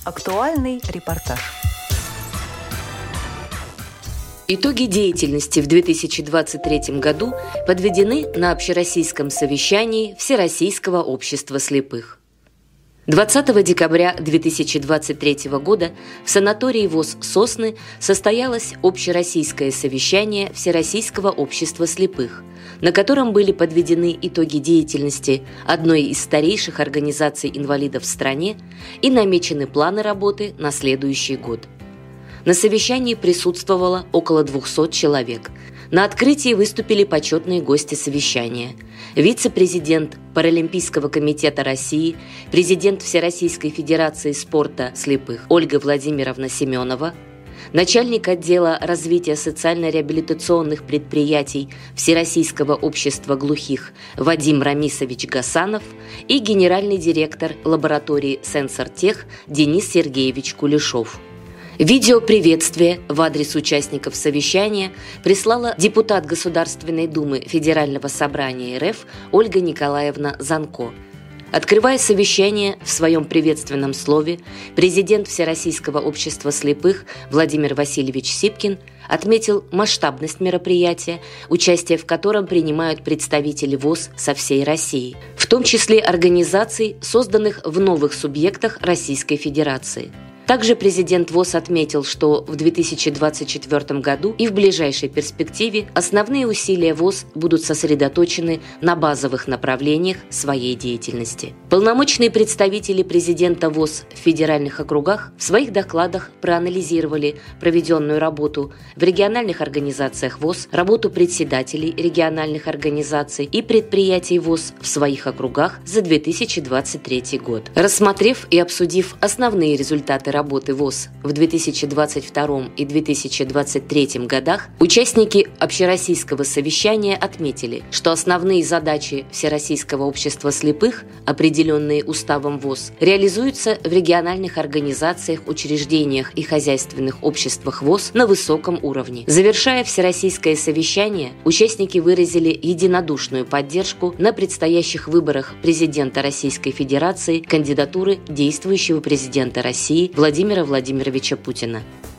Актуальный репортаж. Итоги деятельности в 2023 году подведены на общероссийском совещании Всероссийского общества слепых. 20 декабря 2023 года в санатории ВОС «Сосны» состоялось общероссийское совещание Всероссийского общества слепых, на котором были подведены итоги деятельности одной из старейших организаций инвалидов в стране и намечены планы работы на следующий год. На совещании присутствовало около 200 человек. На открытии выступили почетные гости совещания. Вице-президент Паралимпийского комитета России, президент Всероссийской федерации спорта слепых Ольга Владимировна Семенова, начальник отдела развития социально-реабилитационных предприятий Всероссийского общества глухих Вадим Рамисович Гасанов и генеральный директор лаборатории «Сенсортех» Денис Сергеевич Кулешов. Видео приветствия в адрес участников совещания прислала депутат Государственной Думы Федерального собрания РФ Ольга Николаевна Занко. Открывая совещание, в своем приветственном слове президент Всероссийского общества слепых Владимир Васильевич Сипкин отметил масштабность мероприятия, участие в котором принимают представители ВОС со всей России, в том числе организаций, созданных в новых субъектах Российской Федерации. Также президент ВОС отметил, что в 2024 году и в ближайшей перспективе основные усилия ВОС будут сосредоточены на базовых направлениях своей деятельности. Полномочные представители президента ВОС в федеральных округах в своих докладах проанализировали проведенную работу в региональных организациях ВОС, работу председателей региональных организаций и предприятий ВОС в своих округах за 2023 год. Рассмотрев и обсудив основные результаты работы ВОС в 2022 и 2023 годах, участники общероссийского совещания отметили, что основные задачи Всероссийского общества слепых, определенные уставом ВОС, реализуются в региональных организациях, учреждениях и хозяйственных обществах ВОС на высоком уровне. Завершая всероссийское совещание, участники выразили единодушную поддержку на предстоящих выборах президента Российской Федерации кандидатуры действующего президента России Владимира Владимировича Путина.